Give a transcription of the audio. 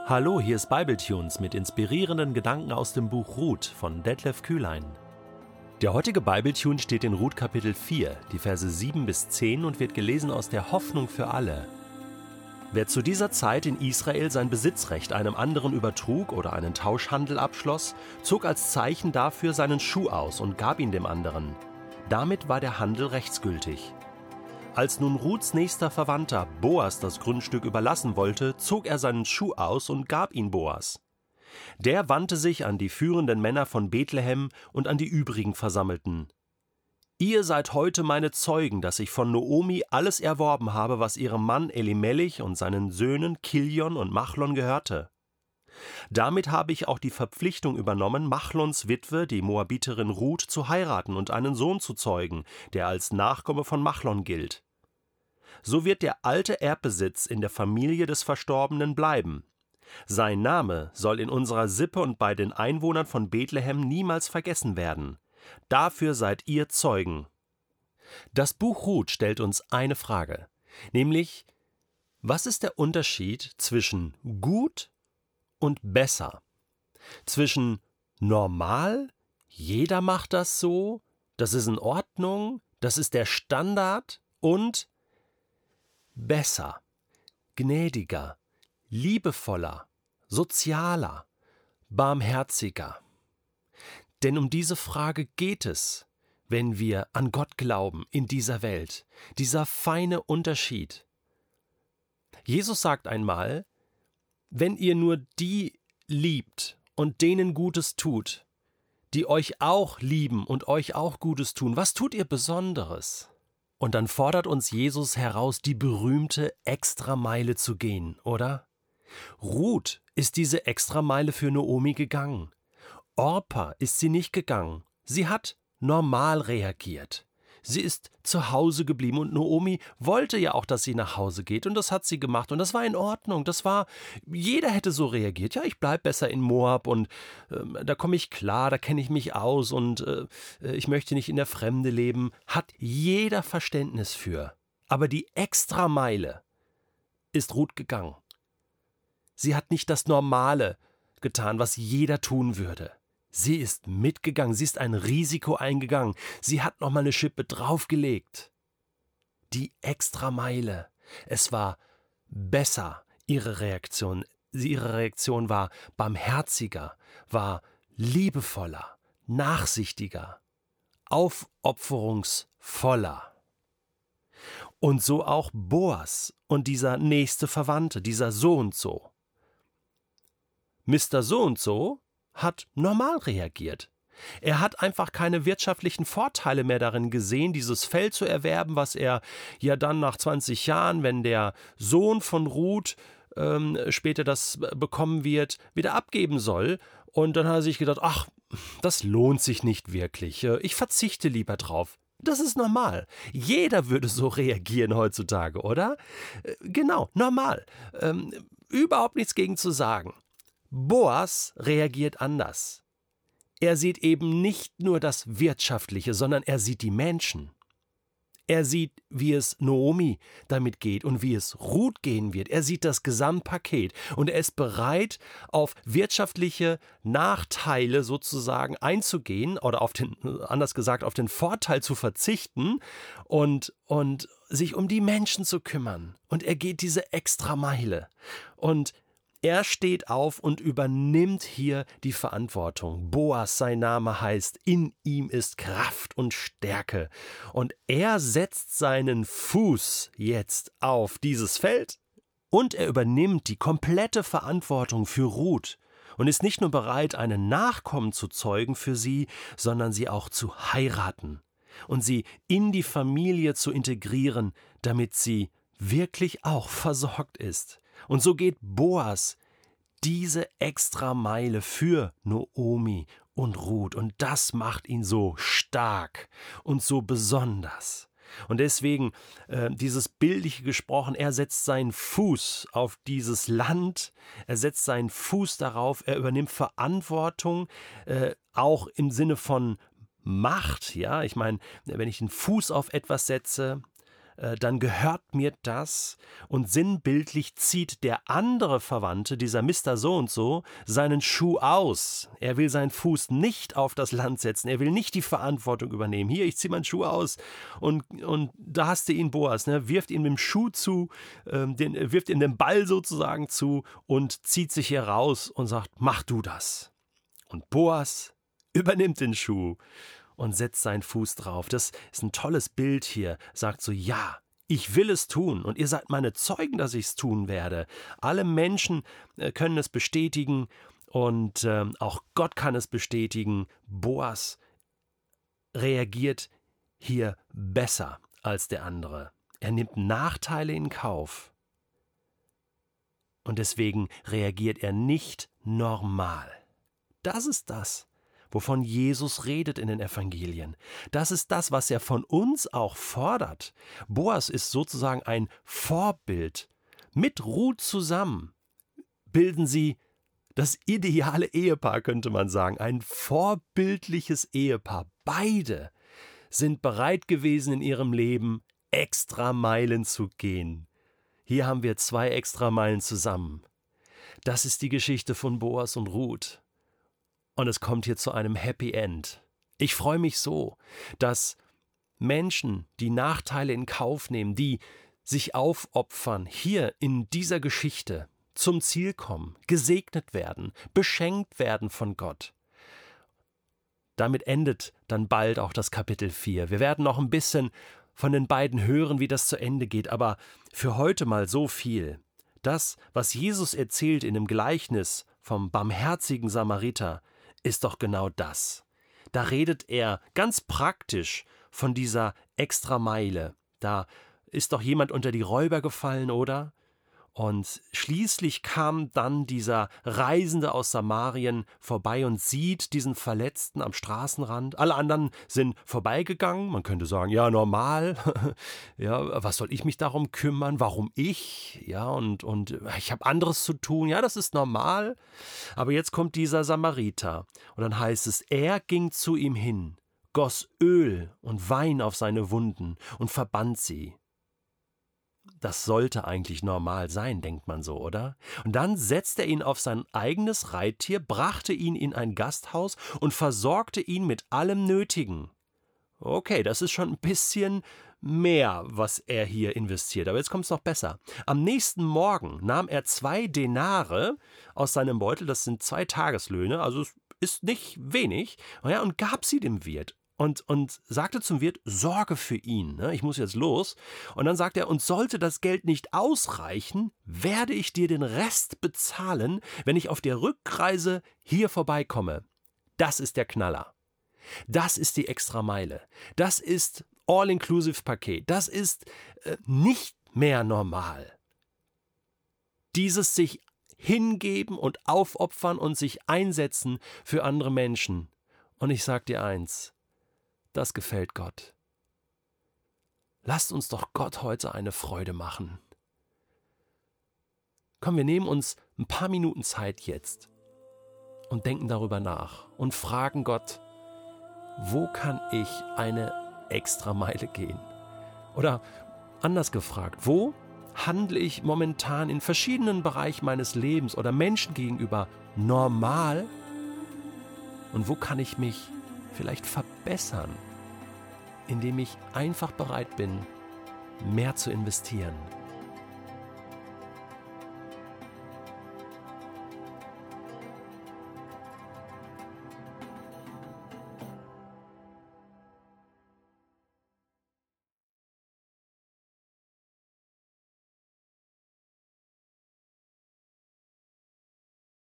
Hallo, hier ist Bibletunes mit inspirierenden Gedanken aus dem Buch Ruth von Detlef Kühlein. Der heutige Bibletune steht in Ruth Kapitel 4, die Verse 7 bis 10 und wird gelesen aus der Hoffnung für alle. Wer zu dieser Zeit in Israel sein Besitzrecht einem anderen übertrug oder einen Tauschhandel abschloss, zog als Zeichen dafür seinen Schuh aus und gab ihn dem anderen. Damit war der Handel rechtsgültig. Als nun Ruths nächster Verwandter Boas das Grundstück überlassen wollte, zog er seinen Schuh aus und gab ihn Boas. Der wandte sich an die führenden Männer von Bethlehem und an die übrigen Versammelten. Ihr seid heute meine Zeugen, dass ich von Naomi alles erworben habe, was ihrem Mann Elimelech und seinen Söhnen Kilion und Machlon gehörte. Damit habe ich auch die Verpflichtung übernommen, Machlons Witwe, die Moabiterin Ruth, zu heiraten und einen Sohn zu zeugen, der als Nachkomme von Machlon gilt. So wird der alte Erbbesitz in der Familie des Verstorbenen bleiben. Sein Name soll in unserer Sippe und bei den Einwohnern von Bethlehem niemals vergessen werden. Dafür seid ihr Zeugen. Das Buch Ruth stellt uns eine Frage, nämlich: Was ist der Unterschied zwischen gut und besser? Zwischen normal, jeder macht das so, das ist in Ordnung, das ist der Standard, und besser, gnädiger, liebevoller, sozialer, barmherziger. Denn um diese Frage geht es, wenn wir an Gott glauben in dieser Welt, dieser feine Unterschied. Jesus sagt einmal: Wenn ihr nur die liebt und denen Gutes tut, die euch auch lieben und euch auch Gutes tun, was tut ihr Besonderes? Und dann fordert uns Jesus heraus, die berühmte Extrameile zu gehen, oder? Ruth ist diese Extrameile für Naomi gegangen. Orpa ist sie nicht gegangen. Sie hat normal reagiert. Sie ist zu Hause geblieben und Naomi wollte ja auch, dass sie nach Hause geht, und das hat sie gemacht und das war in Ordnung. Jeder hätte so reagiert. Ja, ich bleibe besser in Moab und da komme ich klar, da kenne ich mich aus und ich möchte nicht in der Fremde leben. Hat jeder Verständnis für. Aber die Extrameile ist Ruth gegangen. Sie hat nicht das Normale getan, was jeder tun würde. Sie ist mitgegangen, sie ist ein Risiko eingegangen, sie hat nochmal eine Schippe draufgelegt. Die Extrameile. Es war besser, ihre Reaktion. Ihre Reaktion war barmherziger, war liebevoller, nachsichtiger, aufopferungsvoller. Und so auch Boas und dieser nächste Verwandte, dieser so und so. Mr. So und so hat normal reagiert. Er hat einfach keine wirtschaftlichen Vorteile mehr darin gesehen, dieses Feld zu erwerben, was er ja dann nach 20 Jahren, wenn der Sohn von Ruth später das bekommen wird, wieder abgeben soll. Und dann hat er sich gedacht, ach, das lohnt sich nicht wirklich. Ich verzichte lieber drauf. Das ist normal. Jeder würde so reagieren heutzutage, oder? Genau, normal. Überhaupt nichts gegen zu sagen. Boas reagiert anders. Er sieht eben nicht nur das Wirtschaftliche, sondern er sieht die Menschen. Er sieht, wie es Naomi damit geht und wie es Ruth gehen wird. Er sieht das Gesamtpaket und er ist bereit, auf wirtschaftliche Nachteile sozusagen einzugehen oder auf den Vorteil zu verzichten und sich um die Menschen zu kümmern. Und er geht diese Extrameile. Und er steht auf und übernimmt hier die Verantwortung. Boas, sein Name heißt, in ihm ist Kraft und Stärke. Und er setzt seinen Fuß jetzt auf dieses Feld und er übernimmt die komplette Verantwortung für Ruth und ist nicht nur bereit, einen Nachkommen zu zeugen für sie, sondern sie auch zu heiraten und sie in die Familie zu integrieren, damit sie wirklich auch versorgt ist. Und so geht Boas diese Extrameile für Naomi und Ruth. Und das macht ihn so stark und so besonders. Und deswegen dieses bildliche gesprochen, er setzt seinen Fuß auf dieses Land, er setzt seinen Fuß darauf, er übernimmt Verantwortung, auch im Sinne von Macht. Ja, ich meine, wenn ich den Fuß auf etwas setze, dann gehört mir das. Und sinnbildlich zieht der andere Verwandte, dieser Mister so und so, seinen Schuh aus. Er will seinen Fuß nicht auf das Land setzen. Er will nicht die Verantwortung übernehmen. Hier, ich ziehe meinen Schuh aus. Und da hast du ihn, Boas, ne? Wirft ihm den Schuh zu, wirft ihm den Ball sozusagen zu und zieht sich hier raus und sagt, mach du das. Und Boas übernimmt den Schuh und setzt seinen Fuß drauf. Das ist ein tolles Bild hier. Sagt so, ja, ich will es tun und ihr seid meine Zeugen, dass ich es tun werde. Alle Menschen können es bestätigen und auch Gott kann es bestätigen. Boas reagiert hier besser als der andere. Er nimmt Nachteile in Kauf und deswegen reagiert er nicht normal. Das ist das, wovon Jesus redet in den Evangelien. Das ist das, was er von uns auch fordert. Boas ist sozusagen ein Vorbild. Mit Ruth zusammen bilden sie das ideale Ehepaar, könnte man sagen. Ein vorbildliches Ehepaar. Beide sind bereit gewesen, in ihrem Leben Extrameilen zu gehen. Hier haben wir 2 Extrameilen zusammen. Das ist die Geschichte von Boas und Ruth. Und es kommt hier zu einem Happy End. Ich freue mich so, dass Menschen, die Nachteile in Kauf nehmen, die sich aufopfern, hier in dieser Geschichte zum Ziel kommen, gesegnet werden, beschenkt werden von Gott. Damit endet dann bald auch das Kapitel 4. Wir werden noch ein bisschen von den beiden hören, wie das zu Ende geht, aber für heute mal so viel. Das, was Jesus erzählt in dem Gleichnis vom barmherzigen Samariter, ist doch genau das. Da redet er ganz praktisch von dieser Extrameile. Da ist doch jemand unter die Räuber gefallen, oder? Und schließlich kam dann dieser Reisende aus Samarien vorbei und sieht diesen Verletzten am Straßenrand. Alle anderen sind vorbeigegangen. Man könnte sagen, ja, normal. Ja, was soll ich mich darum kümmern? Warum ich? Ja, und ich habe anderes zu tun. Ja, das ist normal. Aber jetzt kommt dieser Samariter. Und dann heißt es, er ging zu ihm hin, goss Öl und Wein auf seine Wunden und verband sie. Das sollte eigentlich normal sein, denkt man so, oder? Und dann setzte er ihn auf sein eigenes Reittier, brachte ihn in ein Gasthaus und versorgte ihn mit allem Nötigen. Okay, das ist schon ein bisschen mehr, was er hier investiert. Aber jetzt kommt es noch besser. Am nächsten Morgen nahm er 2 Denare aus seinem Beutel, das sind 2 Tageslöhne, also es ist nicht wenig, ja, und gab sie dem Wirt. Und sagte zum Wirt, sorge für ihn, ne? Ich muss jetzt los. Und dann sagt er, und sollte das Geld nicht ausreichen, werde ich dir den Rest bezahlen, wenn ich auf der Rückreise hier vorbeikomme. Das ist der Knaller. Das ist die Extrameile. Das ist All-Inclusive-Paket. Das ist nicht mehr normal. Dieses sich hingeben und aufopfern und sich einsetzen für andere Menschen. Und ich sag dir eins, das gefällt Gott. Lasst uns doch Gott heute eine Freude machen. Komm, wir nehmen uns ein paar Minuten Zeit jetzt und denken darüber nach und fragen Gott, wo kann ich eine Extrameile gehen? Oder anders gefragt, wo handle ich momentan in verschiedenen Bereichen meines Lebens oder Menschen gegenüber normal? Und wo kann ich mich vielleicht verbessern, indem ich einfach bereit bin, mehr zu investieren?